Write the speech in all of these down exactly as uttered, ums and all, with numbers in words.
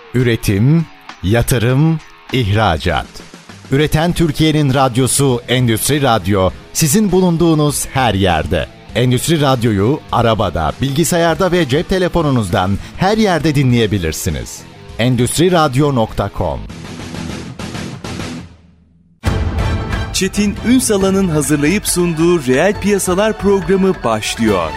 Üretim, yatırım, ihracat. Üreten Türkiye'nin radyosu Endüstri Radyo, sizin bulunduğunuz her yerde. Endüstri Radyo'yu arabada, bilgisayarda ve cep telefonunuzdan her yerde dinleyebilirsiniz. endüstri radyo nokta com. Çetin Ünsal'ın hazırlayıp sunduğu Reel Piyasalar programı başlıyor.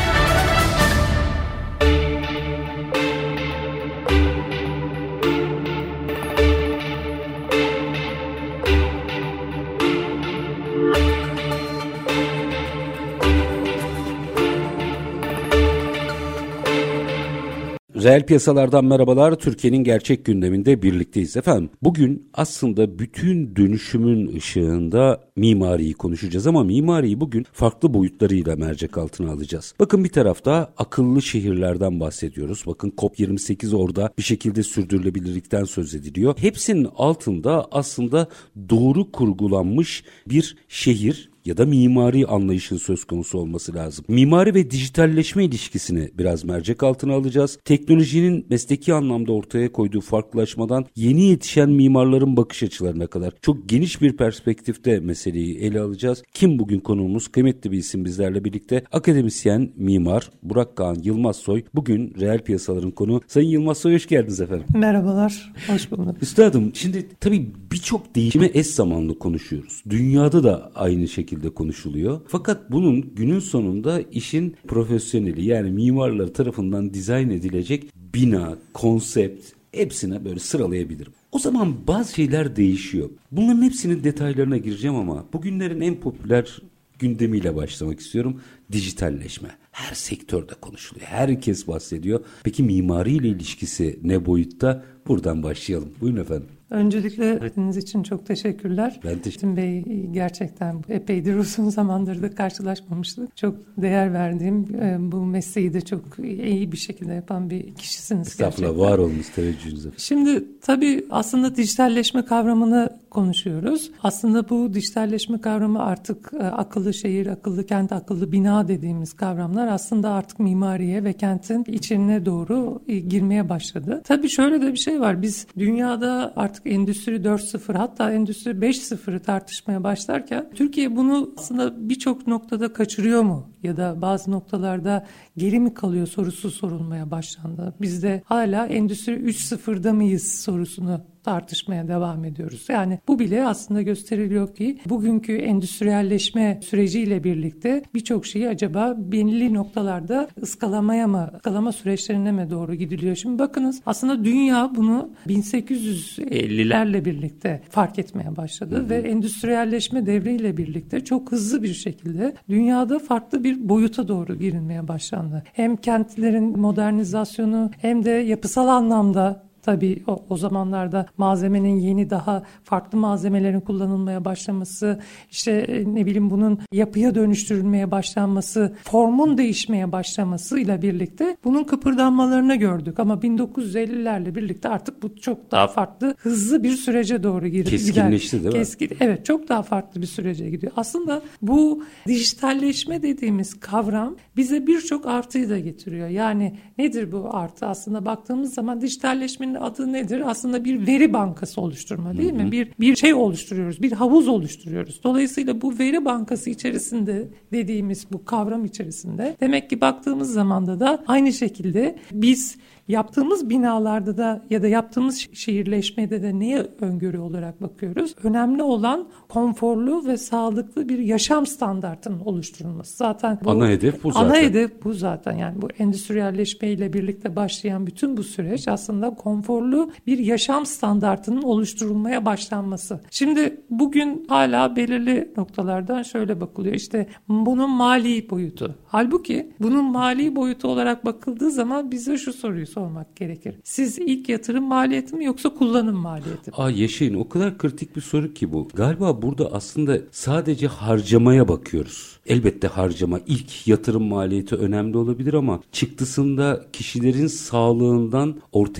Reel piyasalardan merhabalar. Türkiye'nin gerçek gündeminde birlikteyiz efendim. Bugün aslında bütün dönüşümün ışığında mimariyi konuşacağız ama mimariyi bugün farklı boyutlarıyla mercek altına alacağız. Bakın bir tarafta akıllı şehirlerden bahsediyoruz. Bakın COP yirmi sekiz orada bir şekilde sürdürülebilirlikten söz ediliyor. Hepsinin altında aslında doğru kurgulanmış bir şehir ya da mimari anlayışın söz konusu olması lazım. Mimari ve dijitalleşme ilişkisini biraz mercek altına alacağız. Teknolojinin mesleki anlamda ortaya koyduğu farklılaşmadan yeni yetişen mimarların bakış açılarına kadar çok geniş bir perspektifte meseleyi ele alacağız. Kim bugün konuğumuz? Kıymetli bir isim bizlerle birlikte. Akademisyen, mimar Burak Kağan Yılmazsoy. Bugün reel piyasaların konuğu. Sayın Yılmazsoy, hoş geldiniz efendim. Merhabalar, hoş bulduk. Üstadım, şimdi tabii birçok değişime eş zamanlı konuşuyoruz. Dünyada da aynı şekilde konuşuluyor. Fakat bunun günün sonunda işin profesyoneli, yani mimarlar tarafından dizayn edilecek bina, konsept hepsine böyle sıralayabilirim. O zaman bazı şeyler değişiyor. Bunların hepsinin detaylarına gireceğim ama bugünlerin en popüler gündemiyle başlamak istiyorum. Dijitalleşme. Her sektörde konuşuluyor. Herkes bahsediyor. Peki mimari ile ilişkisi ne boyutta? Buradan başlayalım. Buyurun efendim. Öncelikle dinlediğiniz için çok teşekkürler. Ben teşekkür Çetin Bey, gerçekten epeydir uzun zamandır da karşılaşmamıştık. Çok değer verdiğim, bu mesleği de çok iyi bir şekilde yapan bir kişisiniz. Estağfurullah, gerçekten. var olunuz teveccühünüze. Şimdi tabii aslında dijitalleşme kavramını konuşuyoruz. Aslında bu dijitalleşme kavramı artık akıllı şehir, akıllı kent, akıllı bina dediğimiz kavramlar aslında artık mimariye ve kentin içine doğru girmeye başladı. Tabii şöyle de bir şey var. Biz dünyada artık Endüstri dört nokta sıfır, hatta Endüstri beş nokta sıfırı tartışmaya başlarken Türkiye bunu aslında birçok noktada kaçırıyor mu? Ya da bazı noktalarda geri mi kalıyor sorusu sorulmaya başlandı. Biz de hala Endüstri üç nokta sıfırda mıyız sorusunu tartışmaya devam ediyoruz. Yani bu bile aslında gösteriliyor ki bugünkü endüstriyelleşme süreciyle birlikte birçok şeyi acaba belirli noktalarda ıskalamaya mı, ıskalama süreçlerine mi doğru gidiliyor? Şimdi bakınız, aslında dünya bunu bin sekiz yüz ellilerle birlikte fark etmeye başladı. Hı hı. Ve endüstriyelleşme devriyle birlikte çok hızlı bir şekilde dünyada farklı bir boyuta doğru girilmeye başlandı. Hem kentlerin modernizasyonu hem de yapısal anlamda, tabii o, o zamanlarda malzemenin yeni, daha farklı malzemelerin kullanılmaya başlaması, işte ne bileyim bunun yapıya dönüştürülmeye başlanması, formun değişmeye başlamasıyla birlikte bunun kıpırdanmalarını gördük. Ama bin dokuz yüz ellilerle birlikte artık bu çok daha farklı, hızlı bir sürece doğru gidiyor. Keskinleşti değil mi? Keskin, evet, çok daha farklı bir sürece gidiyor. Aslında bu dijitalleşme dediğimiz kavram bize birçok artıyı da getiriyor. Yani nedir bu artı? Aslında baktığımız zaman dijitalleşmenin adı nedir? Aslında bir veri bankası oluşturma, değil mi? Bir bir şey oluşturuyoruz, bir havuz oluşturuyoruz. Dolayısıyla bu veri bankası içerisinde dediğimiz bu kavram içerisinde demek ki baktığımız zamanda da aynı şekilde biz yaptığımız binalarda da ya da yaptığımız şehirleşmede de neye öngörü olarak bakıyoruz? Önemli olan konforlu ve sağlıklı bir yaşam standartının oluşturulması. Zaten bu, ana hedef bu zaten. Ana hedef bu zaten. Yani bu endüstriyelleşmeyle birlikte başlayan bütün bu süreç aslında konforlu bir yaşam standartının oluşturulmaya başlanması. Şimdi bugün hala belirli noktalardan şöyle bakılıyor. İşte bunun mali boyutu. Halbuki bunun mali boyutu olarak bakıldığı zaman bize şu soruyu sormak gerekir. Siz ilk yatırım maliyeti mi yoksa kullanım maliyeti mi? Aa Yeşil, o kadar kritik bir soru ki bu. Galiba burada aslında sadece harcamaya bakıyoruz. Elbette harcama, ilk yatırım maliyeti önemli olabilir ama çıktısında kişilerin sağlığından ortaya çıkan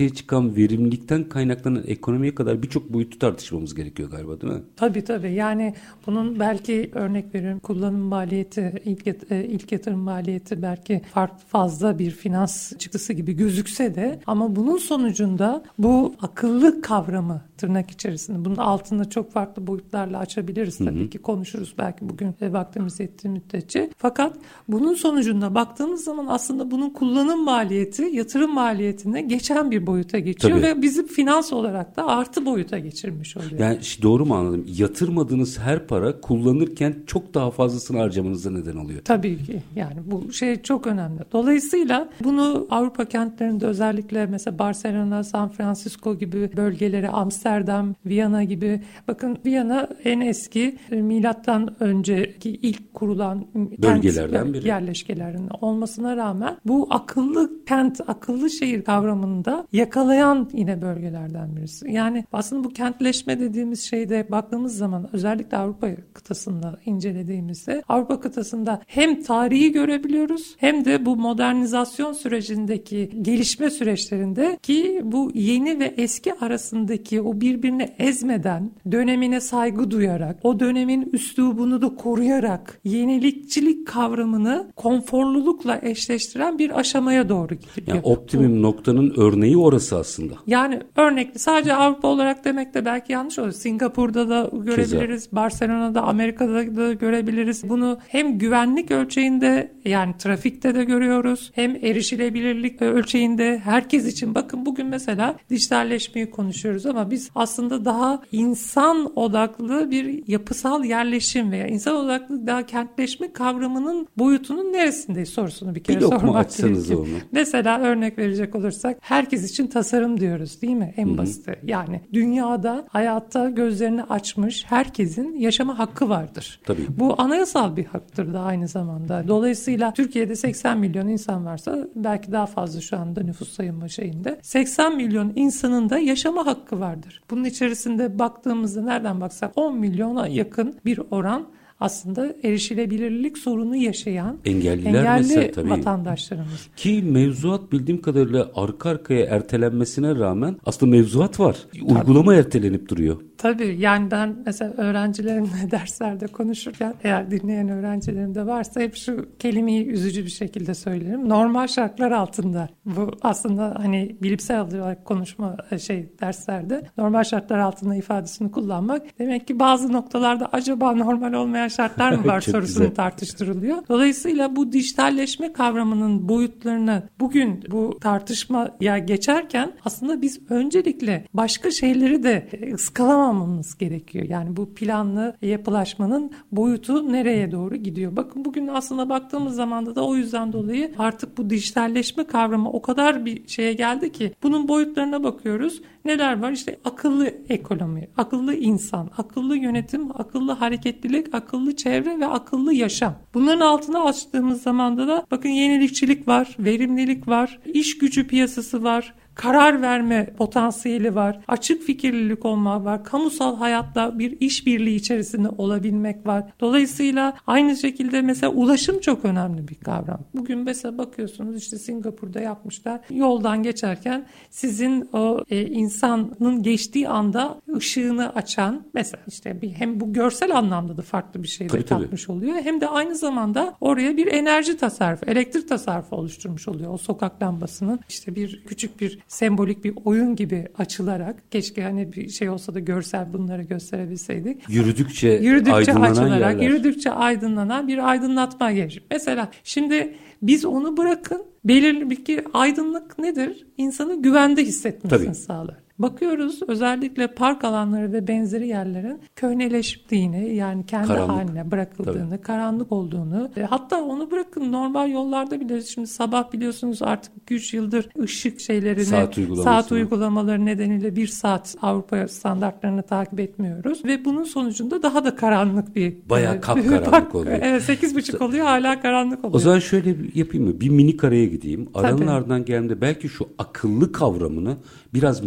aslında verimlilikten kaynaklanan ekonomiye kadar birçok boyutu tartışmamız gerekiyor galiba, değil mi? Tabii tabii. Yani bunun belki örnek veriyorum kullanım maliyeti, ilk, ilk yatırım maliyeti belki farklı fazla bir finans çıktısı gibi gözükse de ama bunun sonucunda bu akıllı kavramı tırnak içerisinde bunun altını çok farklı boyutlarla açabiliriz tabii hı hı. ki konuşuruz belki bugün vaktimiz yettiği müddetçe. Fakat bunun sonucunda baktığımız zaman aslında bunun kullanım maliyeti yatırım maliyetine geçen bir boyuta geçiyor tabii. ve bizim finans olarak da artı boyuta geçirmiş oluyor. Yani doğru mu anladım? Yatırmadığınız her para kullanırken çok daha fazlasını harcamanıza neden oluyor. Tabii ki. Yani bu şey çok önemli. Dolayısıyla bunu Avrupa kentlerinde özellikle mesela Barcelona, San Francisco gibi bölgeleri, Amsterdam, Viyana gibi. Bakın Viyana en eski milattan önceki ilk kurulan bölgelerden kent biri. Yerleşkelerinin olmasına rağmen bu akıllı kent, akıllı şehir kavramını da yakalayan yine bölgelerden birisi. Yani aslında bu kentleşme dediğimiz şeyde baktığımız zaman özellikle Avrupa kıtasında incelediğimizde Avrupa kıtasında hem tarihi görebiliyoruz hem de bu modernizasyon sürecindeki gelişme süreçlerinde ki bu yeni ve eski arasındaki o birbirini ezmeden dönemine saygı duyarak o dönemin üslubunu da koruyarak yenilikçilik kavramını konforlulukla eşleştiren bir aşamaya doğru gidiyor. Yani optimum bu, noktanın örneği orası aslında. Yani örnekli sadece Avrupa olarak demek de belki yanlış olur. Singapur'da da görebiliriz, Keza. Barcelona'da, Amerika'da da görebiliriz. Bunu hem güvenlik ölçeğinde yani trafikte de görüyoruz hem erişilebilirlik ölçeğinde herkes için. Bakın bugün mesela dijitalleşmeyi konuşuyoruz ama biz aslında daha insan odaklı bir yapısal yerleşim veya insan odaklı daha kentleşme kavramının boyutunun neresindeyiz sorusunu bir kere bir sormak gerekiyor. Onu. Mesela örnek verecek olursak herkes için tasarım diyoruz değil mi? En Hı-hı. basiti. Yani dünyada hayatta gözlerini açmış herkesin yaşama hakkı vardır. Tabii. Bu anayasal bir haktır da aynı zamanda. Dolayısıyla Türkiye'de seksen milyon insan varsa belki daha fazla şu anda nüfus sayımı şeyinde seksen milyon insanın da yaşama hakkı vardır. Bunun içerisinde baktığımızda nereden baksak on milyona yakın bir oran aslında erişilebilirlik sorunu yaşayan engelliler engelli mesela, tabii. vatandaşlarımız. Ki mevzuat bildiğim kadarıyla arka arkaya ertelenmesine rağmen aslında mevzuat var. Tabii. Uygulama ertelenip duruyor. Tabii yani ben mesela öğrencilerimle derslerde konuşurken eğer dinleyen öğrencilerim de varsa hep şu kelimeyi üzücü bir şekilde söylerim. Normal şartlar altında bu aslında hani bilimsel olarak konuşma şey derslerde normal şartlar altında ifadesini kullanmak demek ki bazı noktalarda acaba normal olmayan şartlar mı var sorusunu güzel. tartıştırılıyor. Dolayısıyla bu dijitalleşme kavramının boyutlarını bugün bu tartışmaya geçerken aslında biz öncelikle başka şeyleri de ıskalamamamız gerekiyor. Yani bu planlı yapılaşmanın boyutu nereye doğru gidiyor? Bakın bugün aslında baktığımız zamanda da o yüzden dolayı artık bu dijitalleşme kavramı o kadar bir şeye geldi ki bunun boyutlarına bakıyoruz. Neler var? İşte akıllı ekonomi, akıllı insan, akıllı yönetim, akıllı hareketlilik, akıllı çevre ve akıllı yaşam. Bunların altına açtığımız zamanda da bakın yenilikçilik var, verimlilik var, iş gücü piyasası var, karar verme potansiyeli var, açık fikirlilik olmak var, kamusal hayatta bir işbirliği içerisinde olabilmek var. Dolayısıyla aynı şekilde mesela ulaşım çok önemli bir kavram. Bugün mesela bakıyorsunuz işte Singapur'da yapmışlar. Yoldan geçerken sizin o e, insanın geçtiği anda ışığını açan mesela işte bir, hem bu görsel anlamda da farklı bir şey de katmış oluyor. Hem de aynı zamanda oraya bir enerji tasarrufu, elektrik tasarrufu oluşturmuş oluyor. O sokak lambasının işte bir küçük bir sembolik bir oyun gibi açılarak keşke hani bir şey olsa da görsel bunları gösterebilseydik. Yürüdükçe, yürüdükçe aydınlanan açılarak, yerler. Yürüdükçe aydınlanan bir aydınlatma gelir. Mesela şimdi biz onu bırakın belirli bir ki aydınlık nedir? İnsanın güvende hissetmesini Tabii. sağlar. Bakıyoruz özellikle park alanları ve benzeri yerlerin köhneleştiğini yani kendi karanlık. haline bırakıldığını, Tabii. karanlık olduğunu e, hatta onu bırakın normal yollarda bile şimdi sabah biliyorsunuz artık iki üç yıldır ışık şeylerini saat, saat uygulamaları nedeniyle bir saat Avrupa standartlarını takip etmiyoruz ve bunun sonucunda daha da karanlık bir bayağı e, kapkaranlık oluyor. Evet sekiz buçuk oluyor hala karanlık oluyor. O zaman şöyle yapayım mı? Bir minik araya gideyim. Aranın ardından geldiğimde belki şu akıllı kavramını biraz mercek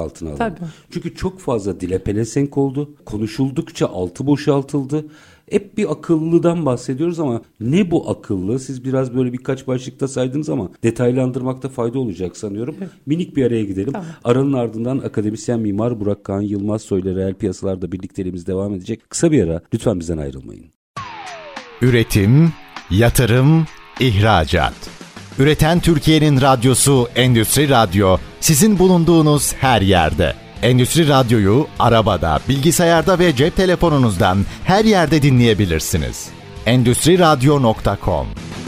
altına alalım. Tabii. Çünkü çok fazla dile pelesenk oldu. Konuşuldukça altı boşaltıldı. Hep bir akıllıdan bahsediyoruz ama ne bu akıllı? Siz biraz böyle birkaç başlıkta saydınız ama detaylandırmakta fayda olacak sanıyorum. Evet. Minik bir araya gidelim. Tamam. Aranın ardından akademisyen mimar Burak Kağan Yılmazsoy ile reel piyasalarda birlikteliğimiz devam edecek. Kısa bir ara, lütfen bizden ayrılmayın. Üretim, yatırım, ihracat. Üreten Türkiye'nin radyosu Endüstri Radyo, sizin bulunduğunuz her yerde. Endüstri Radyo'yu arabada, bilgisayarda ve cep telefonunuzdan her yerde dinleyebilirsiniz. endüstri radyo nokta com.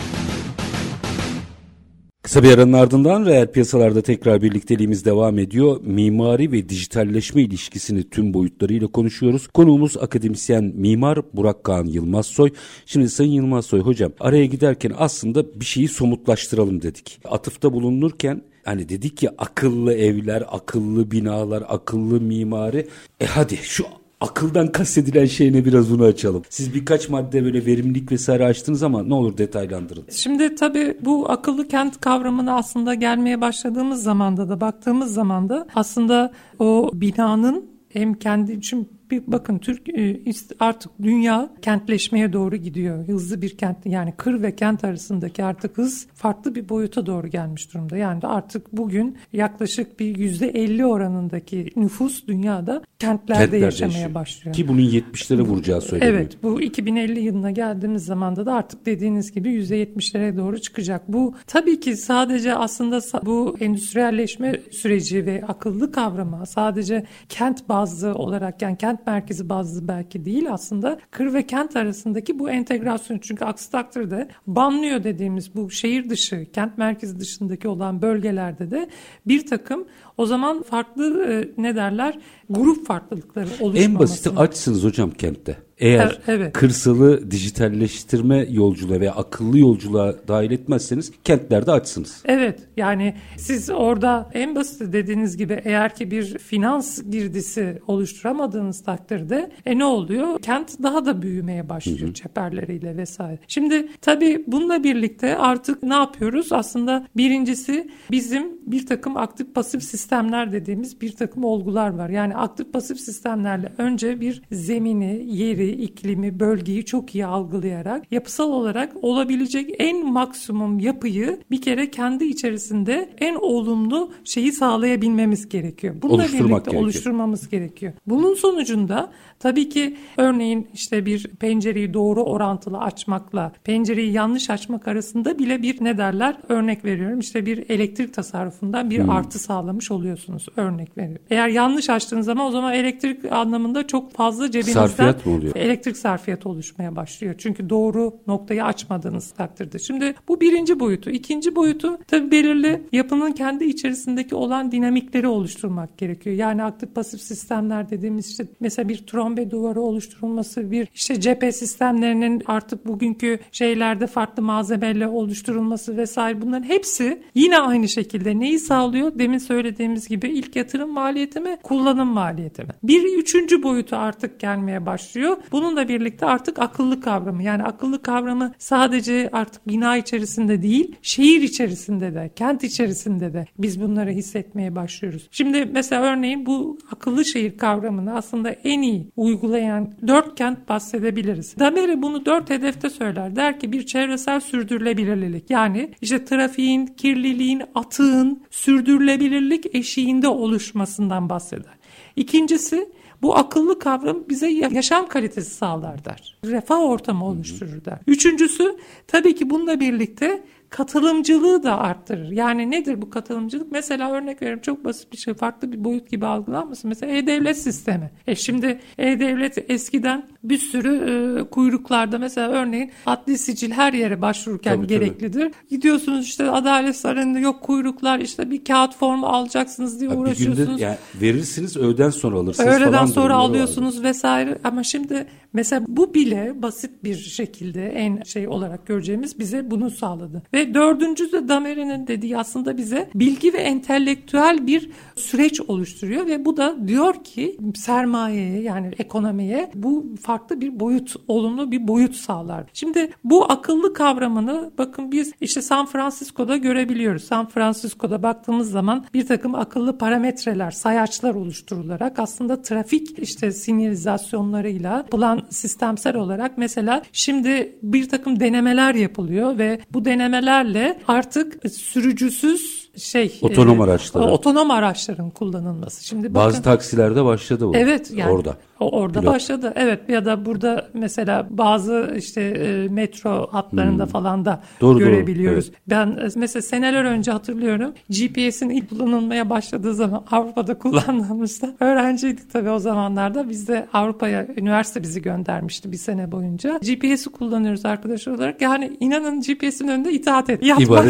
Kısa bir aranın ardından reel piyasalarda tekrar birlikteliğimiz devam ediyor. Mimari ve dijitalleşme ilişkisini tüm boyutlarıyla konuşuyoruz. Konuğumuz akademisyen mimar Burak Kağan Yılmazsoy. Şimdi Sayın Yılmazsoy hocam, araya giderken aslında bir şeyi somutlaştıralım dedik. Atıfta bulunurken hani dedik ya, akıllı evler, akıllı binalar, akıllı mimari. E hadi şu akıldan kastedilen şey ne, biraz bunu açalım. Siz birkaç madde böyle verimlilik vesaire açtınız ama ne olur detaylandırın. Şimdi tabii bu akıllı kent kavramına aslında gelmeye başladığımız zamanda da baktığımız zaman da aslında o binanın hem kendi için bir bakın Türk artık dünya kentleşmeye doğru gidiyor. Hızlı bir kent, yani kır ve kent arasındaki artık hız farklı bir boyuta doğru gelmiş durumda. Yani artık bugün yaklaşık bir yüzde elli oranındaki nüfus dünyada kentlerde, kentlerde yaşamaya yaşıyor. başlıyor. Ki bunun yetmişlere vuracağı söyleniyor. Evet, bu iki bin elli yılına geldiğimiz zamanda da artık dediğiniz gibi yüzde yetmişlere doğru çıkacak. Bu tabii ki sadece aslında bu endüstriyelleşme süreci ve akıllı kavramı sadece kent bazlı olarak, yani kent merkezi bazlı belki değil, aslında kır ve kent arasındaki bu entegrasyon. Çünkü aksi takdirde banliyö dediğimiz bu şehir dışı, kent merkezi dışındaki olan bölgelerde de bir takım o zaman farklı e, ne derler grup farklılıkları oluşmaması. En basiti açsınız hocam kentte. Eğer evet. kırsalı dijitalleştirme yolculuğa veya akıllı yolculuğa dahil etmezseniz kentlerde açsınız. Evet, yani siz orada en basit dediğiniz gibi eğer ki bir finans girdisi oluşturamadığınız takdirde e ne oluyor? Kent daha da büyümeye başlıyor, hı hı. çeperleriyle vesaire. Şimdi tabii bununla birlikte artık ne yapıyoruz? Aslında birincisi bizim bir takım aktif pasif sistemler dediğimiz bir takım olgular var. Yani aktif pasif sistemlerle önce bir zemini, yeri, iklimi, bölgeyi çok iyi algılayarak yapısal olarak olabilecek en maksimum yapıyı bir kere kendi içerisinde en olumlu şeyi sağlayabilmemiz gerekiyor. Bununla birlikte gerekiyor. oluşturmamız gerekiyor. Bunun sonucunda tabii ki örneğin işte bir pencereyi doğru orantılı açmakla pencereyi yanlış açmak arasında bile bir ne derler örnek veriyorum. İşte bir elektrik tasarrufundan bir hmm. artı sağlamış oluyorsunuz, örnek veriyorum. Eğer yanlış açtığınız zaman o zaman elektrik anlamında çok fazla cebinizden sarfiyat mı oluyor? Elektrik sarfiyatı oluşmaya başlıyor. Çünkü doğru noktayı açmadığınız takdirde. Şimdi bu birinci boyutu. İkinci boyutu tabii belirli yapının kendi içerisindeki olan dinamikleri oluşturmak gerekiyor. Yani aktif pasif sistemler dediğimiz işte mesela bir trombe duvarı oluşturulması, bir işte cephe sistemlerinin artık bugünkü şeylerde farklı malzemeyle oluşturulması vesaire, bunların hepsi yine aynı şekilde neyi sağlıyor? Demin söylediğimiz gibi ilk yatırım maliyeti mi? Kullanım maliyeti mi? Bir üçüncü boyutu artık gelmeye başlıyor. Bununla birlikte artık akıllı kavramı, yani akıllı kavramı sadece artık bina içerisinde değil, şehir içerisinde de, kent içerisinde de biz bunları hissetmeye başlıyoruz. Şimdi mesela örneğin bu akıllı şehir kavramını aslında en iyi uygulayan dört kent bahsedebiliriz. Damer'i bunu dört hedefte söyler. Der ki bir çevresel sürdürülebilirlik, yani işte trafiğin, kirliliğin, atığın sürdürülebilirlik eşiğinde oluşmasından bahseder. İkincisi, bu akıllı kavram bize yaşam kalitesi sağlar der. Refah ortamı oluşturur der. Üçüncüsü, tabii ki bununla birlikte katılımcılığı da arttırır. Yani nedir bu katılımcılık? Mesela örnek veriyorum, çok basit bir şey, farklı bir boyut gibi algılanmasın. Mesela E-Devlet sistemi. E şimdi E-Devlet eskiden bir sürü e, kuyruklarda, mesela örneğin adli sicil her yere başvururken tabii, gereklidir. Tabii. Gidiyorsunuz işte Adalet Sarayı'nda yok kuyruklar, işte bir kağıt formu alacaksınız diye ha, uğraşıyorsunuz. Bir günde yani verirsiniz, öğleden sonra alırsınız öğleden falan. Öğleden sonra alıyorsunuz vardı. Vesaire. Ama şimdi mesela bu bile basit bir şekilde en şey olarak göreceğimiz bize bunu sağladı. Ve dördüncüsü de Damer'in dediği aslında bize bilgi ve entelektüel bir süreç oluşturuyor ve bu da diyor ki sermayeye, yani ekonomiye bu farklı bir boyut, olumlu bir boyut sağlar. Şimdi bu akıllı kavramını bakın biz işte San Francisco'da görebiliyoruz. San Francisco'da baktığımız zaman bir takım akıllı parametreler, sayaçlar oluşturularak aslında trafik işte sinyalizasyonlarıyla yapılan sistemsel olarak mesela şimdi bir takım denemeler yapılıyor ve bu denemelerle artık sürücüsüz şey otonom e, araçları. Otonom araçların kullanılması. Şimdi bakın, bazı taksilerde başladı bu. Evet yani orada. O orada Pilot. başladı. Evet, ya da burada mesela bazı işte e, metro hatlarında hmm. falan da doğru, görebiliyoruz. Doğru, evet. Ben mesela seneler önce hatırlıyorum. G P S'in ilk kullanılmaya başladığı zaman Avrupa'da kullandığımızda öğrenciydik tabii o zamanlarda. Biz de Avrupa'ya, üniversite bizi göndermişti bir sene boyunca. G P S'i kullanıyoruz arkadaşlar olarak. Yani inanın G P S'in önünde itaat et. Yatma,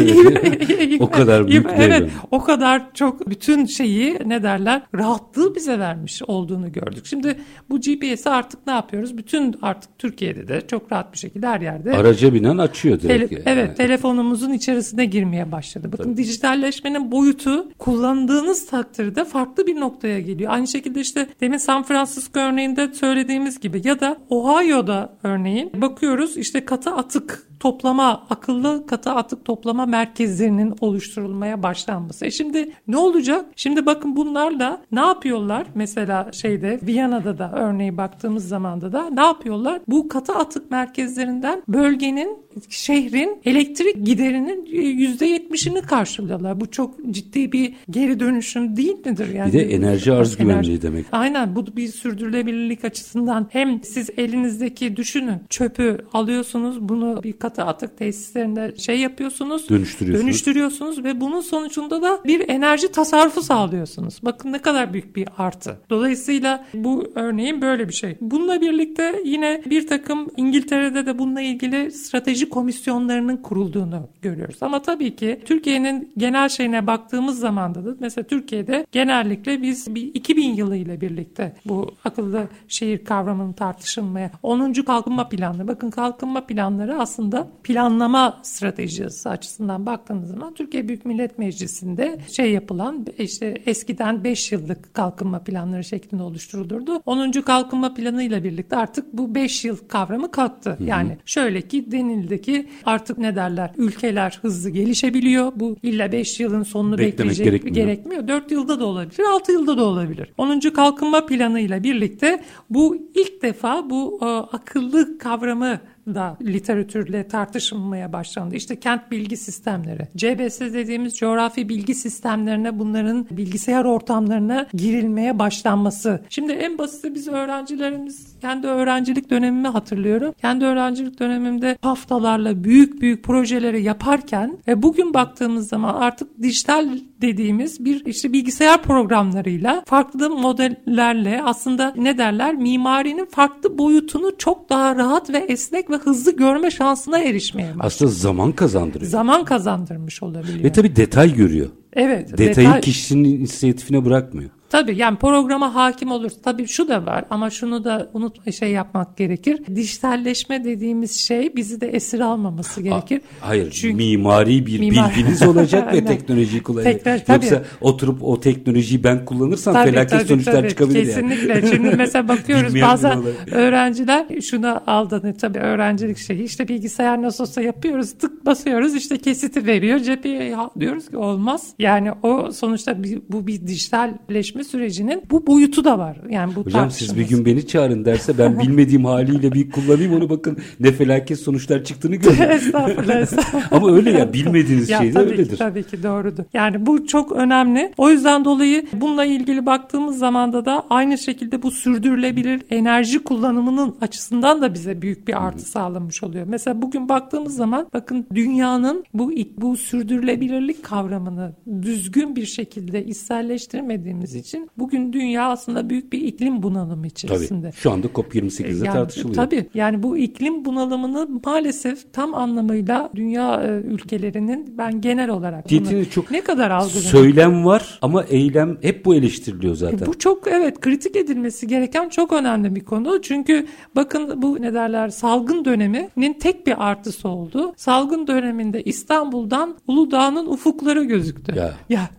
o kadar büyük evet, evet, o kadar çok bütün şeyi ne derler rahatlığı bize vermiş olduğunu gördük. Şimdi bu G P S'i artık ne yapıyoruz? Bütün artık Türkiye'de de çok rahat bir şekilde her yerde. Araca binen açıyor direkt. Tele- evet, yani. Telefonumuzun içerisine girmeye başladı. Bakın tabii. Dijitalleşmenin boyutu kullandığınız takdirde farklı bir noktaya geliyor. Aynı şekilde işte demin San Francisco örneğinde söylediğimiz gibi ya da Ohio'da örneğin bakıyoruz işte katı atık toplama, akıllı katı atık toplama merkezlerinin oluşturulmaya başlanması. E şimdi ne olacak? Şimdi bakın bunlarla ne yapıyorlar? Mesela şeyde Viyana'da da örneği baktığımız zamanda da ne yapıyorlar? Bu katı atık merkezlerinden bölgenin, şehrin elektrik giderinin yüzde yetmişini karşılıyorlar. Bu çok ciddi bir geri dönüşüm değil midir? Yani bir de enerji arz güvenliği demek. Aynen, bu bir sürdürülebilirlik açısından hem siz elinizdeki düşünün çöpü alıyorsunuz, bunu bir katı atık tesislerinde şey yapıyorsunuz, dönüştürüyorsunuz. dönüştürüyorsunuz ve bunun sonucunda da bir enerji tasarrufu sağlıyorsunuz. Bakın ne kadar büyük bir artı. Dolayısıyla bu örneğin böyle bir şey. Bununla birlikte yine bir takım İngiltere'de de bununla ilgili strateji komisyonlarının kurulduğunu görüyoruz. Ama tabii ki Türkiye'nin genel şeyine baktığımız zaman da mesela Türkiye'de genellikle biz bir iki bin yılı ile birlikte bu akıllı şehir kavramının tartışılmaya onuncu kalkınma planları. Bakın kalkınma planları aslında planlama stratejisi açısından baktığınız zaman Türkiye Büyük Millet Meclisi'nde şey yapılan işte eskiden beş yıllık kalkınma planları şeklinde oluşturulurdu. onuncu kalkınma planı ile birlikte artık bu beş yıl kavramı kalktı. Hı hı. Yani şöyle ki denildi ki artık ne derler ülkeler hızlı gelişebiliyor. Bu illa beş yılın sonunu beklemek bekleyecek gerekmiyor. gerekmiyor. dört yılda da olabilir, altı yılda da olabilir. onuncu kalkınma planı ile birlikte bu ilk defa bu e, akıllı kavramı da literatürle tartışılmaya başlandı. İşte kent bilgi sistemleri, C B S dediğimiz coğrafi bilgi sistemlerine bunların bilgisayar ortamlarına girilmeye başlanması. Şimdi en basiti biz öğrencilerimiz, kendi öğrencilik dönemimi hatırlıyorum. Kendi öğrencilik dönemimde haftalarla büyük büyük projeleri yaparken ve bugün baktığımız zaman artık dijital dediğimiz bir işte bilgisayar programlarıyla farklı modellerle aslında ne derler mimarinin farklı boyutunu çok daha rahat ve esnek ve hızlı görme şansına erişmeye başlıyor. Aslında zaman kazandırıyor. Zaman kazandırmış olabiliyor. Ve tabii detay görüyor. Evet. Detayı detay... kişinin inisiyatifine bırakmıyor. Tabii yani programa hakim olur. Tabii şu da var ama şunu da unut şey yapmak gerekir. Dijitalleşme dediğimiz şey bizi de esir almaması gerekir. A, hayır. Çünkü mimari bir mimar... bilginiz olacak ve teknolojiyi kullanacak. Yoksa oturup o teknolojiyi ben kullanırsam tabii, felaket tabii, sonuçlar tabii, çıkabilir kesinlikle. yani. Şimdi mesela bakıyoruz bazı öğrenciler şuna aldanıyor. Tabii öğrencilik şeyi işte bilgisayar nasıl olsa yapıyoruz. Tık basıyoruz işte kesiti veriyor. Cepheye diyoruz ki olmaz. Yani o sonuçta bir, bu bir dijitalleşme sürecinin bu boyutu da var. Yani bu hocam siz bir gün beni çağırın derse ben bilmediğim haliyle bir kullanayım onu, bakın ne felaket sonuçlar çıktığını görün. Estağfurullah, estağfurullah. Ama öyle ya, bilmediğiniz ya, şey de tabii öyledir. Ki, tabii ki doğrudur. Yani bu çok önemli. O yüzden dolayı bununla ilgili baktığımız zamanda da aynı şekilde bu sürdürülebilir enerji kullanımının açısından da bize büyük bir artı sağlamış oluyor. Mesela bugün baktığımız zaman bakın dünyanın bu bu sürdürülebilirlik kavramını düzgün bir şekilde içselleştirmediğimiz için bugün dünya aslında büyük bir iklim bunalımı içerisinde. Tabii. Şu anda COP yirmi sekizde yani, tartışılıyor. Tabii. Yani bu iklim bunalımını maalesef tam anlamıyla dünya e, ülkelerinin ben genel olarak bunu çok ne kadar algılanıyor. Söylem var ama eylem hep bu eleştiriliyor zaten. E, bu çok evet kritik edilmesi gereken çok önemli bir konu. Çünkü bakın bu ne derler salgın döneminin tek bir artısı oldu. Salgın döneminde İstanbul'dan Uludağ'ın ufukları gözüktü. Ya. Ya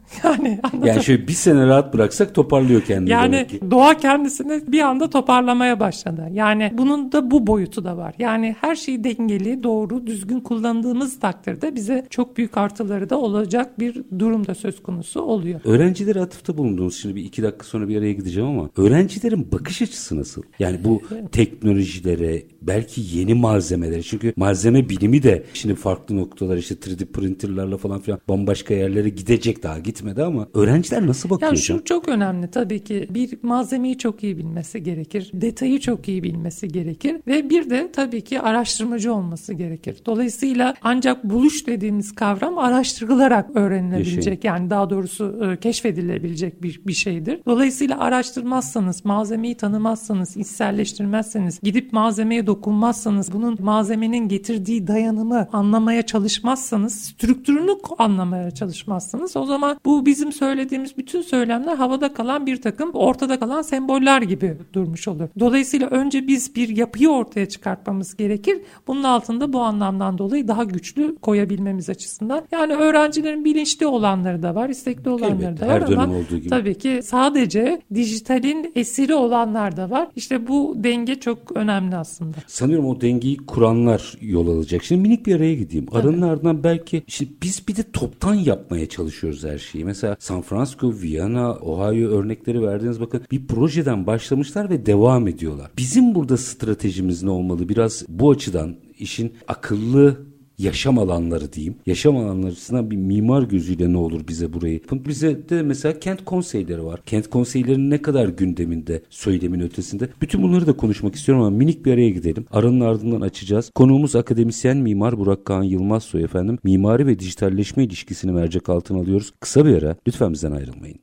Yani yani şöyle bir sene rahat bıraksak toparlıyor kendini. Yani doğa kendisini bir anda toparlamaya başladı. Yani bunun da bu boyutu da var. Yani her şeyi dengeli, doğru, düzgün kullandığımız takdirde bize çok büyük artıları da olacak bir durum da söz konusu oluyor. Öğrencilere atıfta bulundunuz. Şimdi bir iki dakika sonra bir araya gideceğim ama öğrencilerin bakış açısı nasıl? Yani bu teknolojilere, belki yeni malzemelere, çünkü malzeme bilimi de şimdi farklı noktalar, işte üç D printerlarla falan filan bambaşka yerlere gidecek, daha gitmedi ama öğrenciler nasıl bakıyor? Yani şu çok önemli tabii ki, bir malzemeyi çok iyi bilmesi gerekir. Detayı çok iyi bilmesi gerekir ve bir de tabii ki araştırmacı olması gerekir. Dolayısıyla ancak buluş dediğimiz kavram araştırılarak öğrenilebilecek, yani daha doğrusu e, keşfedilebilecek bir, bir şeydir. Dolayısıyla araştırmazsanız, malzemeyi tanımazsanız, içselleştirmezseniz, gidip malzemeye dokunmazsanız, bunun malzemenin getirdiği dayanımı anlamaya çalışmazsanız, strüktürünü anlamaya çalışmazsanız, o zaman bu bizim söylediğimiz bütün söylemler havada kalan bir takım ortada kalan semboller gibi durmuş olur. Dolayısıyla önce biz bir yapıyı ortaya çıkartmamız gerekir. Bunun altında bu anlamdan dolayı daha güçlü koyabilmemiz açısından. Yani öğrencilerin bilinçli olanları da var, istekli olanları Elbette, da var her dönem ama olduğu gibi. tabii ki sadece dijitalin esiri olanlar da var. İşte bu denge çok önemli aslında. Sanıyorum o dengeyi kuranlar yol alacak. Şimdi minik bir araya gideyim. Aranın Evet. ardından belki işte biz bir de toptan yapmaya çalışıyoruz her şeyi. Mesela San Francisco, Viyana, Ohio örnekleri verdiğiniz, bakın bir projeden başlamışlar ve devam ediyorlar. Bizim burada stratejimiz ne olmalı? Biraz bu açıdan işin akıllı yaşam alanları diyeyim. Yaşam alanları açısından bir mimar gözüyle ne olur bize burayı? Bize de mesela kent konseyleri var. Kent konseylerinin ne kadar gündeminde, söylemin ötesinde. Bütün bunları da konuşmak istiyorum ama minik bir araya gidelim. Aranın ardından açacağız. Konuğumuz akademisyen mimar Burak Kağan Yılmazsoy efendim. Mimari ve dijitalleşme ilişkisini mercek altına alıyoruz. Kısa bir ara. Lütfen bizden ayrılmayın.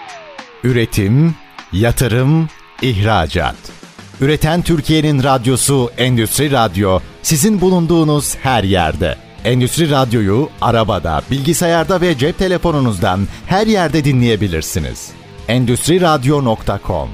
Üretim, yatırım, ihracat. Üreten Türkiye'nin radyosu Endüstri Radyo, sizin bulunduğunuz her yerde. Endüstri Radyo'yu arabada, bilgisayarda ve cep telefonunuzdan her yerde dinleyebilirsiniz. endüstri radyo nokta com.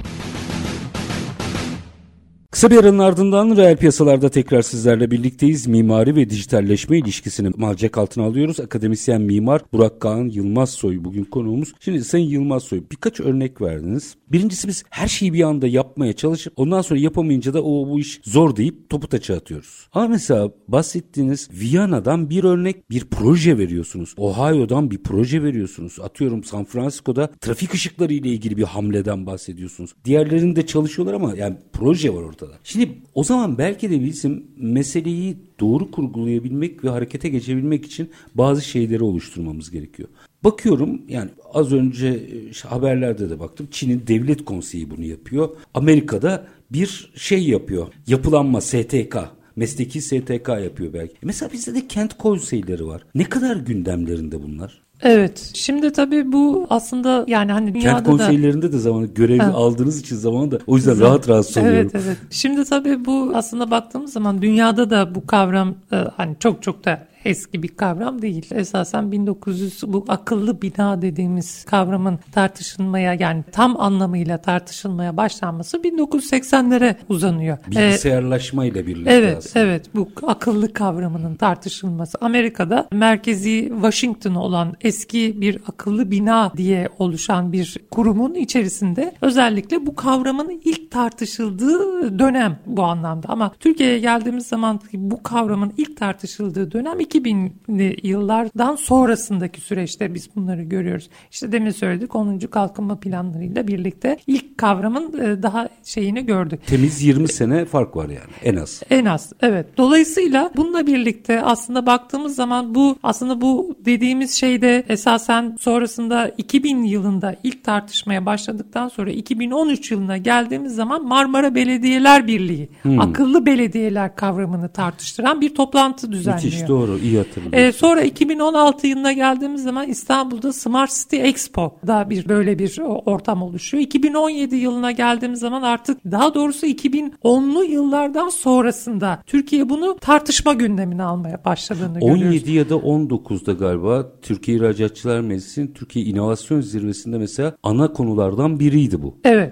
Kısa bir aranın ardından reel piyasalarda tekrar sizlerle birlikteyiz. Mimari ve dijitalleşme ilişkisini mercek altına alıyoruz. Akademisyen mimar Burak Kağan Yılmazsoy bugün konuğumuz. Şimdi Sayın Yılmazsoy, birkaç örnek verdiniz. Birincisi, biz her şeyi bir anda yapmaya çalışıp ondan sonra yapamayınca da o bu iş zor deyip topu taça atıyoruz. Ama mesela bahsettiğiniz Viyana'dan bir örnek, bir proje veriyorsunuz. Ohio'dan bir proje veriyorsunuz. Atıyorum San Francisco'da trafik ışıkları ile ilgili bir hamleden bahsediyorsunuz. Diğerlerinde çalışıyorlar ama yani proje var ortada. Şimdi o zaman belki de bizim meseleyi doğru kurgulayabilmek ve harekete geçebilmek için bazı şeyleri oluşturmamız gerekiyor. Bakıyorum, yani az önce haberlerde de baktım, Çin'in devlet konseyi bunu yapıyor. Amerika'da bir şey yapıyor, yapılanma S T K. Mesleki S T K yapıyor belki. Mesela bizde de kent konseyleri var. Ne kadar gündemlerinde bunlar? Evet. Şimdi tabii bu aslında yani hani dünyada kent konseylerinde de, de zamanı görev ha. aldığınız için zamanı da o yüzden Güzel. rahat rahat soruyorum. Evet evet. Şimdi tabii bu aslında baktığımız zaman dünyada da bu kavram hani çok çok da eski bir kavram değil. Esasen bin dokuz yüz bu akıllı bina dediğimiz kavramın tartışılmaya, yani tam anlamıyla tartışılmaya başlanması bin dokuz yüz seksenlere uzanıyor. Bilgisayarlaşmayla birlikte evet, aslında. Evet, bu akıllı kavramının tartışılması. Amerika'da merkezi Washington olan eski bir akıllı bina diye oluşan bir kurumun içerisinde özellikle bu kavramın ilk tartışıldığı dönem bu anlamda. Ama Türkiye'ye geldiğimiz zaman bu kavramın ilk tartışıldığı dönem iki binli yıllardan sonrasındaki süreçte biz bunları görüyoruz. İşte demin söyledik, onuncu kalkınma planlarıyla birlikte ilk kavramın daha şeyini gördük. Temiz yirmi sene fark var yani en az. En az, evet. Dolayısıyla bununla birlikte aslında baktığımız zaman bu aslında bu dediğimiz şeyde esasen sonrasında iki bin yılında ilk tartışmaya başladıktan sonra iki bin on üç yılına geldiğimiz zaman Marmara Belediyeler Birliği hmm. akıllı belediyeler kavramını tartıştıran bir toplantı düzenliyor. Müthiş, doğru. İyi hatırlıyorum. Ee, sonra iki bin on altı yılına geldiğimiz zaman İstanbul'da Smart City Expo'da bir böyle bir ortam oluşuyor. iki bin on yedi yılına geldiğimiz zaman artık daha doğrusu iki bin onlu yıllardan sonrasında Türkiye bunu tartışma gündemine almaya başladığını on görüyoruz. on yedi ya da on dokuzda galiba Türkiye İhracatçılar Meclisi'nin Türkiye İnovasyon Zirvesi'nde mesela ana konulardan biriydi bu. Evet,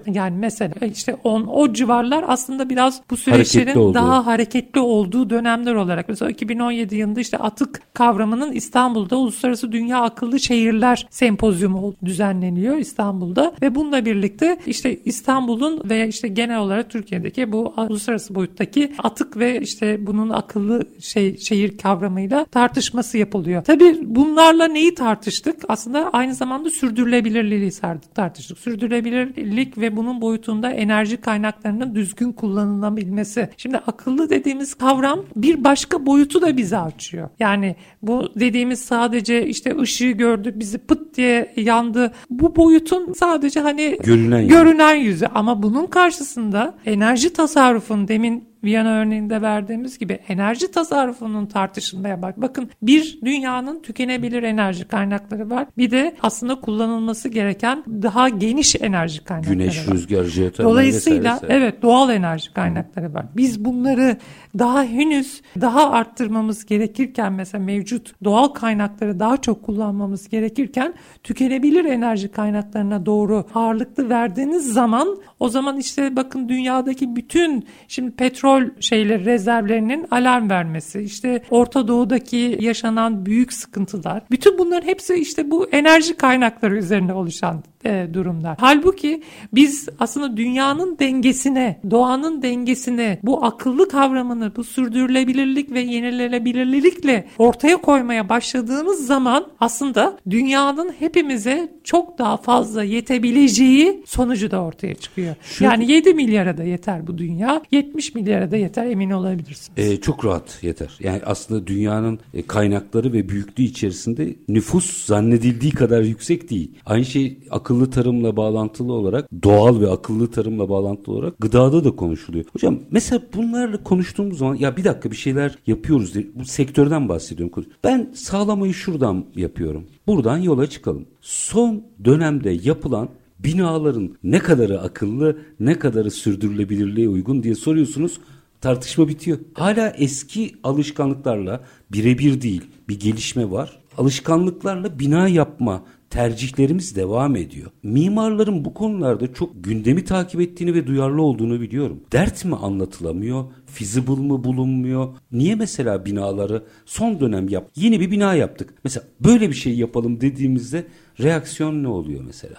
Yani mesela işte on, o civarlar aslında biraz bu süreçlerin hareketli daha hareketli olduğu dönemler olarak. Mesela iki bin on yedi yılında işte atık kavramının İstanbul'da Uluslararası Dünya Akıllı Şehirler Sempozyumu düzenleniyor İstanbul'da ve bununla birlikte işte İstanbul'un veya işte genel olarak Türkiye'deki bu uluslararası boyuttaki atık ve işte bunun akıllı şey şehir kavramıyla tartışması yapılıyor. Tabii bunlarla neyi tartıştık? Aslında aynı zamanda sürdürülebilirliği tartıştık. Sürdürülebilirlik ve bunun boyutunda enerji kaynaklarının düzgün kullanılabilmesi. Şimdi akıllı dediğimiz kavram bir başka boyutu da bize açıyor. Yani bu dediğimiz sadece işte ışığı gördük, bizi pıt diye yandı. Bu boyutun sadece hani görünen, görünen yüzü. Ama bunun karşısında enerji tasarrufun demin Viyana örneğinde verdiğimiz gibi enerji tasarrufunun tartışılmaya bak. Bakın bir dünyanın tükenebilir enerji kaynakları var. Bir de aslında kullanılması gereken daha geniş enerji kaynakları Güneş, var. rüzgar, jeotermal Dolayısıyla vesaire. evet doğal enerji kaynakları var. Biz bunları daha henüz daha arttırmamız gerekirken mesela mevcut doğal kaynakları daha çok kullanmamız gerekirken tükenebilir enerji kaynaklarına doğru ağırlıklı verdiğiniz zaman o zaman işte bakın dünyadaki bütün şimdi petrol şeyleri rezervlerinin alarm vermesi, işte Orta Doğu'daki yaşanan büyük sıkıntılar, bütün bunların hepsi işte bu enerji kaynakları üzerine oluşan e, durumlar. Halbuki biz aslında dünyanın dengesine, doğanın dengesine bu akıllı kavramını, bu sürdürülebilirlik ve yenilenebilirlikle ortaya koymaya başladığımız zaman aslında dünyanın hepimize çok daha fazla yetebileceği sonucu da ortaya çıkıyor. Şu, yani yedi milyara da yeter bu dünya, yetmiş milyara da yeter, emin olabilirsiniz. E, çok rahat yeter. Yani aslında dünyanın e, kaynakları ve büyüklüğü içerisinde nüfus zannedildiği kadar yüksek değil. Aynı şey akıllı tarımla bağlantılı olarak, doğal ve akıllı tarımla bağlantılı olarak gıdada da konuşuluyor. Hocam mesela bunlarla konuştuğumuz zaman ya bir dakika bir şeyler yapıyoruz diye, bu sektörden bahsediyorum. Ben sağlamayı şuradan yapıyorum. Buradan yola çıkalım. Son dönemde yapılan binaların ne kadarı akıllı, ne kadarı sürdürülebilirliğe uygun diye soruyorsunuz. Tartışma bitiyor. Hala eski alışkanlıklarla birebir değil bir gelişme var. Alışkanlıklarla bina yapma tercihlerimiz devam ediyor. Mimarların bu konularda çok gündemi takip ettiğini ve duyarlı olduğunu biliyorum. Dert mi anlatılamıyor? Feasible mı bulunmuyor? Niye mesela binaları son dönem yap, yeni bir bina yaptık. Mesela böyle bir şey yapalım dediğimizde reaksiyon ne oluyor mesela?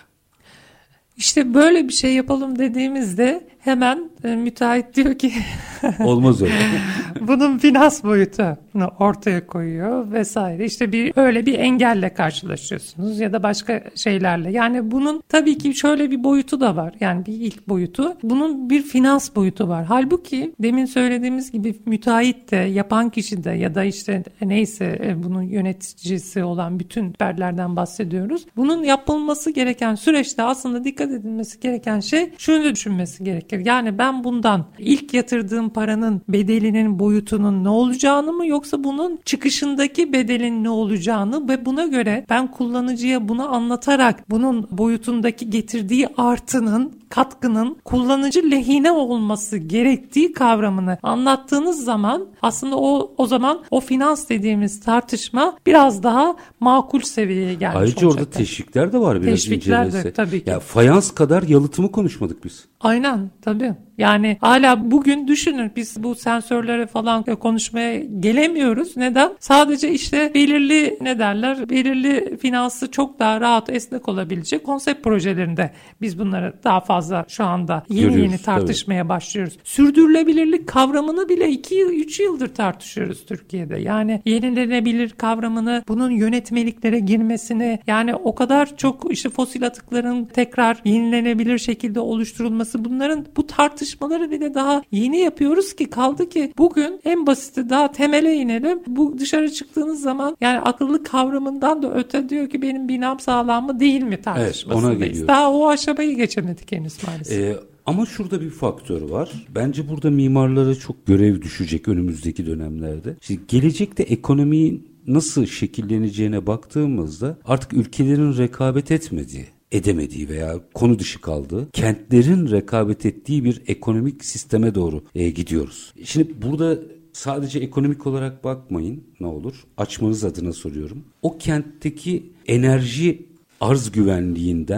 İşte böyle bir şey yapalım dediğimizde hemen e, müteahhit diyor ki olmaz öyle. Bunun finans boyutunu ortaya koyuyor vesaire. İşte bir öyle bir engelle karşılaşıyorsunuz ya da başka şeylerle. Yani bunun tabii ki şöyle bir boyutu da var. Yani bir ilk boyutu. Bunun bir finans boyutu var. Halbuki demin söylediğimiz gibi müteahhit de, yapan kişi de ya da işte neyse bunun yöneticisi olan bütün berlerden bahsediyoruz. Bunun yapılması gereken süreçte aslında dikkat edilmesi gereken şey şunu düşünmesi gerekir. Yani ben bundan ilk yatırdığım paranın bedelinin boyutunun ne olacağını mı yoksa bunun çıkışındaki bedelin ne olacağını ve buna göre ben kullanıcıya bunu anlatarak bunun boyutundaki getirdiği artının, katkının kullanıcı lehine olması gerektiği kavramını anlattığınız zaman aslında o o zaman o finans dediğimiz tartışma biraz daha makul seviyeye gelmiş olacak. Ayrıca orada teşvikler de var biraz teşvikler incelese. de tabii ki. Ya fayans kadar yalıtımı konuşmadık biz. Aynen tabii. Yani hala bugün düşünün biz bu sensörlere falan konuşmaya gelemiyoruz. Neden? Sadece işte belirli ne derler belirli finansı çok daha rahat esnek olabilecek konsept projelerinde biz bunları daha fazla şu anda yeni Görüyoruz, yeni tartışmaya tabii. başlıyoruz. Sürdürülebilirlik kavramını bile iki üç yıldır tartışıyoruz Türkiye'de. Yani yenilenebilir kavramını bunun yönetmeliklere girmesini yani o kadar çok işte fosil atıkların tekrar yenilenebilir şekilde oluşturulması bunların bu tartışmaları bile daha yeni yapıyoruz ki kaldı ki bugün en basiti daha temele inelim. Bu dışarı çıktığınız zaman yani akıllı kavramından da öte diyor ki benim binam sağlam mı değil mi tartışmasındayız. Evet, daha o aşamayı geçemedik henüz maalesef. Ee, ama şurada bir faktör var. Bence burada mimarlara çok görev düşecek önümüzdeki dönemlerde. Şimdi gelecekte ekonominin nasıl şekilleneceğine baktığımızda artık ülkelerin rekabet etmediği, edemediği veya konu dışı kaldığı, kentlerin rekabet ettiği bir ekonomik sisteme doğru e, gidiyoruz. Şimdi burada sadece ekonomik olarak bakmayın ne olur. Açmanız adına soruyorum. O kentteki enerji arz güvenliğinden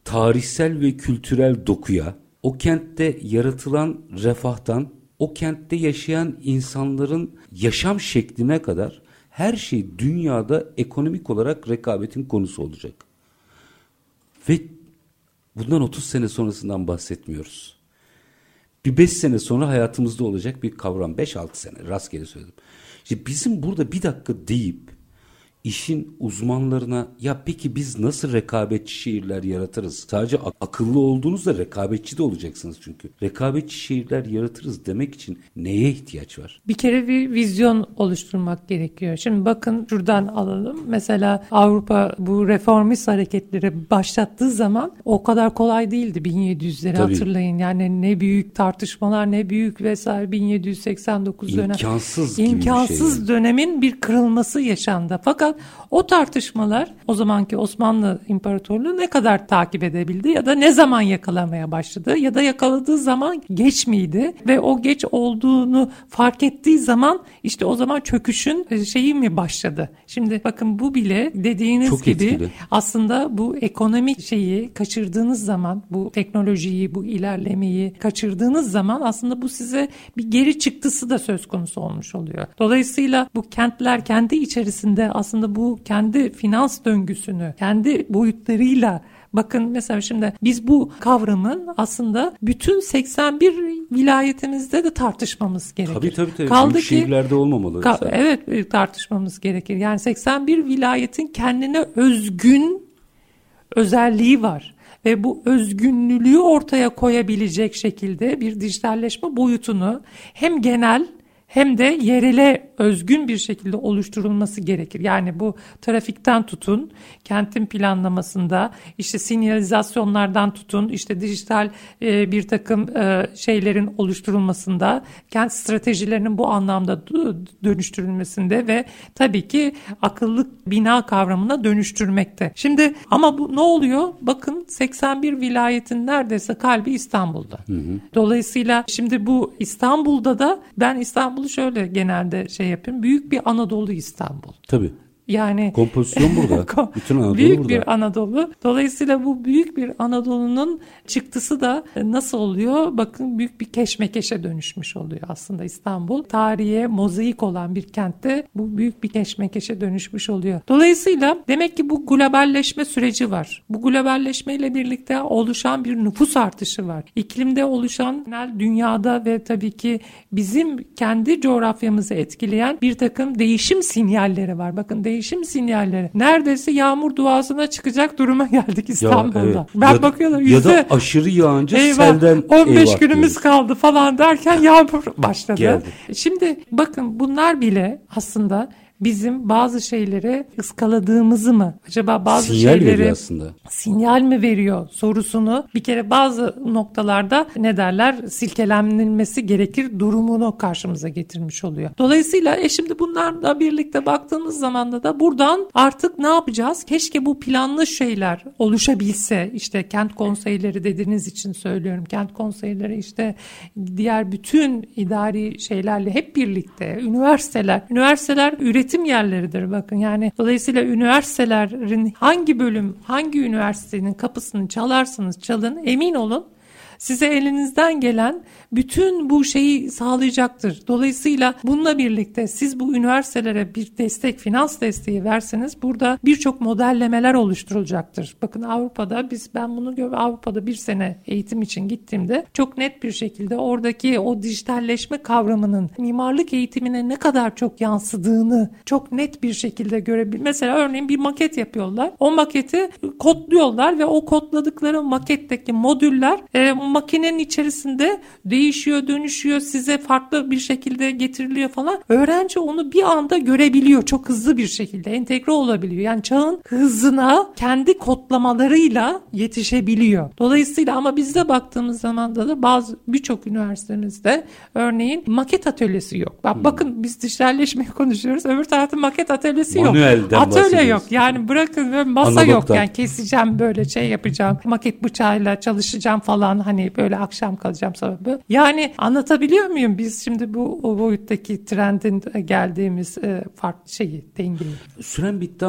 tarihsel ve kültürel dokuya, o kentte yaratılan refahtan, o kentte yaşayan insanların yaşam şekline kadar her şey dünyada ekonomik olarak rekabetin konusu olacak. Ve bundan otuz sene sonrasından bahsetmiyoruz. Bir beş sene sonra hayatımızda olacak bir kavram. beş altı sene rastgele söyledim. İşte bizim burada bir dakika deyip işin uzmanlarına ya peki biz nasıl rekabetçi şehirler yaratırız? Sadece ak- akıllı olduğunuzda rekabetçi de olacaksınız çünkü. Rekabetçi şehirler yaratırız demek için neye ihtiyaç var? Bir kere bir vizyon oluşturmak gerekiyor. Şimdi bakın şuradan alalım. Mesela Avrupa bu reformist hareketleri başlattığı zaman o kadar kolay değildi bin yedi yüzleri Tabii. hatırlayın. Yani ne büyük tartışmalar ne büyük vesaire bin yedi yüz seksen dokuz dönem. İmkansız gibi İmkansız bir şey. dönemin bir kırılması yaşandı. Fakat o tartışmalar o zamanki Osmanlı İmparatorluğu ne kadar takip edebildi ya da ne zaman yakalamaya başladı ya da yakaladığı zaman geç miydi ve o geç olduğunu fark ettiği zaman işte o zaman çöküşün şeyi mi başladı? Şimdi bakın bu bile dediğiniz Çok gibi etkili. aslında bu ekonomik şeyi kaçırdığınız zaman, bu teknolojiyi, bu ilerlemeyi kaçırdığınız zaman aslında bu size bir geri çıktısı da söz konusu olmuş oluyor. Dolayısıyla bu kentler kendi içerisinde aslında bu kendi finans döngüsünü, kendi boyutlarıyla bakın mesela şimdi biz bu kavramın aslında bütün seksen bir vilayetimizde de tartışmamız gerekir. Tabii tabii. tabii. Kaldı Büyük ki, şehirlerde olmamalı. Ka- evet tartışmamız gerekir. Yani seksen bir vilayetin kendine özgün özelliği var. Ve bu özgünlülüğü ortaya koyabilecek şekilde bir dijitalleşme boyutunu hem genel hem de yerele özgün bir şekilde oluşturulması gerekir. Yani bu trafikten tutun, kentin planlamasında, işte sinyalizasyonlardan tutun, işte dijital e, bir takım e, şeylerin oluşturulmasında, kent stratejilerinin bu anlamda dönüştürülmesinde ve tabii ki akıllı bina kavramına dönüştürmekte. Şimdi ama bu ne oluyor? Bakın seksen bir vilayetin neredeyse kalbi İstanbul'da. Hı hı. Dolayısıyla şimdi bu İstanbul'da da ben İstanbul'u şöyle genelde şey yapayım. Büyük bir Anadolu İstanbul. Tabii. Yani kompozisyon burada. Bütün Anadolu büyük burada. bir Anadolu. Dolayısıyla bu büyük bir Anadolu'nun çıktısı da nasıl oluyor? Bakın büyük bir keşmekeşe dönüşmüş oluyor aslında İstanbul. Tarihe mozaik olan bir kentte bu büyük bir keşmekeşe dönüşmüş oluyor. Dolayısıyla demek ki bu globalleşme süreci var. Bu globalleşmeyle birlikte oluşan bir nüfus artışı var. İklimde oluşan genel dünyada ve tabii ki bizim kendi coğrafyamızı etkileyen bir takım değişim sinyalleri var. Bakın değişim Değişim sinyalleri. Neredeyse yağmur duasına çıkacak duruma geldik İstanbul'da. Ya, evet. Ben ya, bakıyorum yüzde... Ya yüzde... da aşırı yağınca eyvah, selden on beş eyvah günümüz diyoruz. kaldı falan derken yağmur başladı. Geldi. Şimdi bakın bunlar bile aslında bizim bazı şeyleri ıskaladığımızı mı? Acaba bazı sinyal şeyleri veriyor aslında. Sinyal mi veriyor sorusunu bir kere bazı noktalarda ne derler silkelenilmesi gerekir durumunu karşımıza getirmiş oluyor. Dolayısıyla e şimdi bunlarla birlikte baktığımız zaman da, da buradan artık ne yapacağız? Keşke bu planlı şeyler oluşabilse. İşte kent konseyleri dediğiniz için söylüyorum. Kent konseyleri işte diğer bütün idari şeylerle hep birlikte üniversiteler, üniversiteler üretim Üretim yerleridir bakın yani dolayısıyla üniversitelerin hangi bölüm hangi üniversitenin kapısını çalarsanız çalın emin olun size elinizden gelen bütün bu şeyi sağlayacaktır. Dolayısıyla bununla birlikte siz bu üniversitelere bir destek, finans desteği verseniz burada birçok modellemeler oluşturulacaktır. Bakın Avrupa'da biz ben bunu gör Avrupa'da bir sene eğitim için gittiğimde çok net bir şekilde oradaki o dijitalleşme kavramının mimarlık eğitimine ne kadar çok yansıdığını çok net bir şekilde görebil. Mesela örneğin bir maket yapıyorlar. O maketi kodluyorlar ve o kodladıkları maketteki modüller e, makinenin içerisinde değişiyor, dönüşüyor, size farklı bir şekilde getiriliyor falan. Öğrenci onu bir anda görebiliyor. Çok hızlı bir şekilde entegre olabiliyor. Yani çağın hızına kendi kodlamalarıyla yetişebiliyor. Dolayısıyla ama bizde baktığımız zaman da, da bazı birçok üniversitemizde örneğin maket atölyesi yok. Bak, hmm. Bakın biz dijitalleşmeyi konuşuyoruz. Öbür tarafta maket atölyesi yok. Manuelden Atölye yok. Yani bırakın böyle masa Analogdan. Yok. Yani keseceğim böyle şey yapacağım. Maket bıçağıyla çalışacağım falan. Hani böyle akşam kalacağım sabah böyle. Yani anlatabiliyor muyum? Biz şimdi bu o boyuttaki trendin geldiğimiz e, farklı şeyi, dengeyi. Süren bitti ama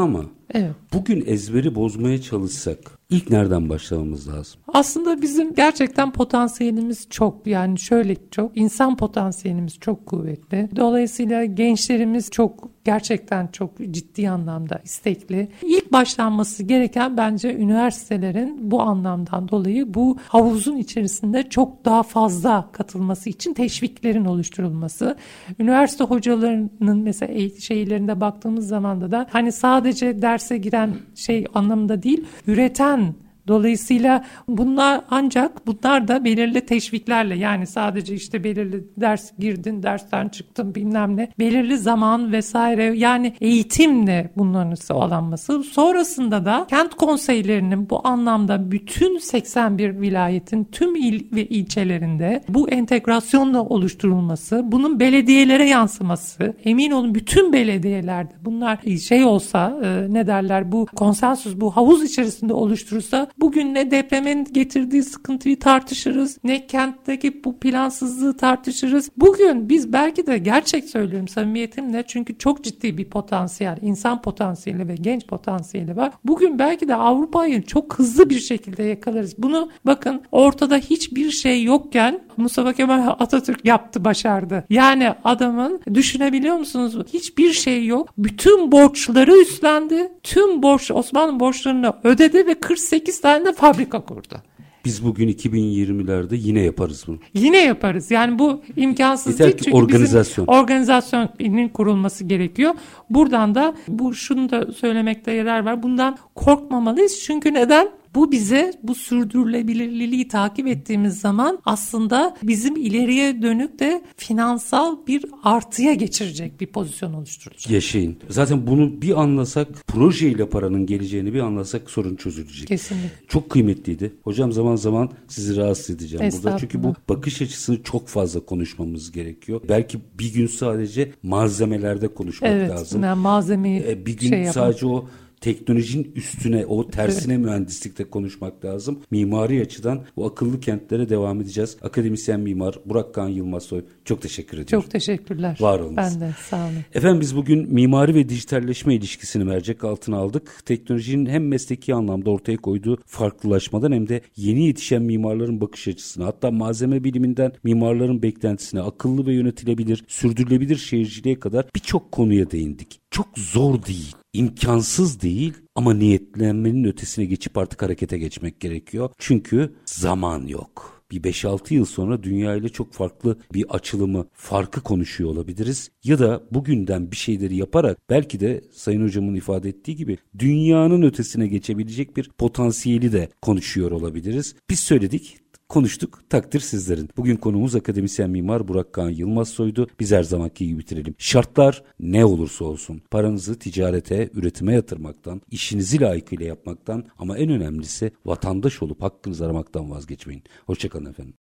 Evet. Bugün ezberi bozmaya çalışsak ilk nereden başlamamız lazım? Aslında bizim gerçekten potansiyelimiz çok, yani şöyle çok, insan potansiyelimiz çok kuvvetli. Dolayısıyla gençlerimiz çok, gerçekten çok ciddi anlamda istekli. İlk başlanması gereken bence üniversitelerin bu anlamdan dolayı bu havuzun içerisinde çok daha fazla katılması için teşviklerin oluşturulması. Üniversite hocalarının mesela şeylerinde baktığımız zaman da da hani sadece derse giren şey anlamında değil, üreten. Dolayısıyla bunlar ancak bunlar da belirli teşviklerle, yani sadece işte belirli ders girdin, dersten çıktın bilmem ne, belirli zaman vesaire, yani eğitimle bunların sağlanması. Sonrasında da kent konseylerinin bu anlamda bütün seksen bir vilayetin tüm il ve ilçelerinde bu entegrasyonla oluşturulması, bunun belediyelere yansıması, emin olun bütün belediyelerde bunlar şey olsa, ne derler, bu konsensus, bu havuz içerisinde oluşturursa bugün ne depremin getirdiği sıkıntıyı tartışırız, ne kentteki bu plansızlığı tartışırız. Bugün biz belki de, gerçek söylüyorum samimiyetimle, çünkü çok ciddi bir potansiyel, insan potansiyeli ve genç potansiyeli var. Bugün belki de Avrupa'yı çok hızlı bir şekilde yakalarız. Bunu bakın, ortada hiçbir şey yokken Mustafa Kemal Atatürk yaptı, başardı. Yani adamın, düşünebiliyor musunuz? Hiçbir şey yok. Bütün borçları üstlendi. Tüm borç, Osmanlı borçlarını ödedi ve kırk sekiz tane de fabrika kurdu. Biz bugün iki bin yirmilerde yine yaparız bunu. Yine yaparız. Yani bu imkansız Yeter değil. ki Çünkü organizasyon. bizim organizasyonun kurulması gerekiyor. Buradan da bu şunu da söylemekte yarar var. Bundan korkmamalıyız. Çünkü neden? Bu bize, bu sürdürülebilirliği takip ettiğimiz zaman aslında bizim ileriye dönük de finansal bir artıya geçirecek bir pozisyon oluşturacak. Yaşayın. Zaten bunu bir anlasak, projeyle paranın geleceğini bir anlasak sorun çözülecek. Kesinlikle. Çok kıymetliydi. Hocam zaman zaman sizi rahatsız edeceğim burada. Çünkü bu bakış açısını çok fazla konuşmamız gerekiyor. Belki bir gün sadece malzemelerde konuşmak evet, lazım. Evet, yani malzemeyi ee, bir gün şey sadece o teknolojinin üstüne, o tersine evet. mühendislikte konuşmak lazım. Mimari açıdan bu akıllı kentlere devam edeceğiz. Akademisyen mimar Burak Kağan Yılmazsoy, çok teşekkür ediyorum. Çok teşekkürler. Var olunuz. Ben de, sağ olun. Efendim, biz bugün mimari ve dijitalleşme ilişkisini mercek altına aldık. Teknolojinin hem mesleki anlamda ortaya koyduğu farklılaşmadan hem de yeni yetişen mimarların bakış açısına, hatta malzeme biliminden mimarların beklentisine, akıllı ve yönetilebilir, sürdürülebilir şehirciliğe kadar birçok konuya değindik. Çok zor değil, imkansız değil ama niyetlenmenin ötesine geçip artık harekete geçmek gerekiyor. Çünkü zaman yok. Bir beş altı yıl sonra dünya ile çok farklı bir açılımı, farkı konuşuyor olabiliriz. Ya da bugünden bir şeyleri yaparak belki de Sayın Hocam'ın ifade ettiği gibi dünyanın ötesine geçebilecek bir potansiyeli de konuşuyor olabiliriz. Biz söyledik, konuştuk, takdir sizlerin. Bugün konumuz akademisyen mimar Burak Kağan Yılmazsoy'du. Biz her zamanki gibi bitirelim. Şartlar ne olursa olsun paranızı ticarete, üretime yatırmaktan, işinizi layıkıyla yapmaktan ama en önemlisi vatandaş olup hakkınızı aramaktan vazgeçmeyin. Hoşçakalın efendim.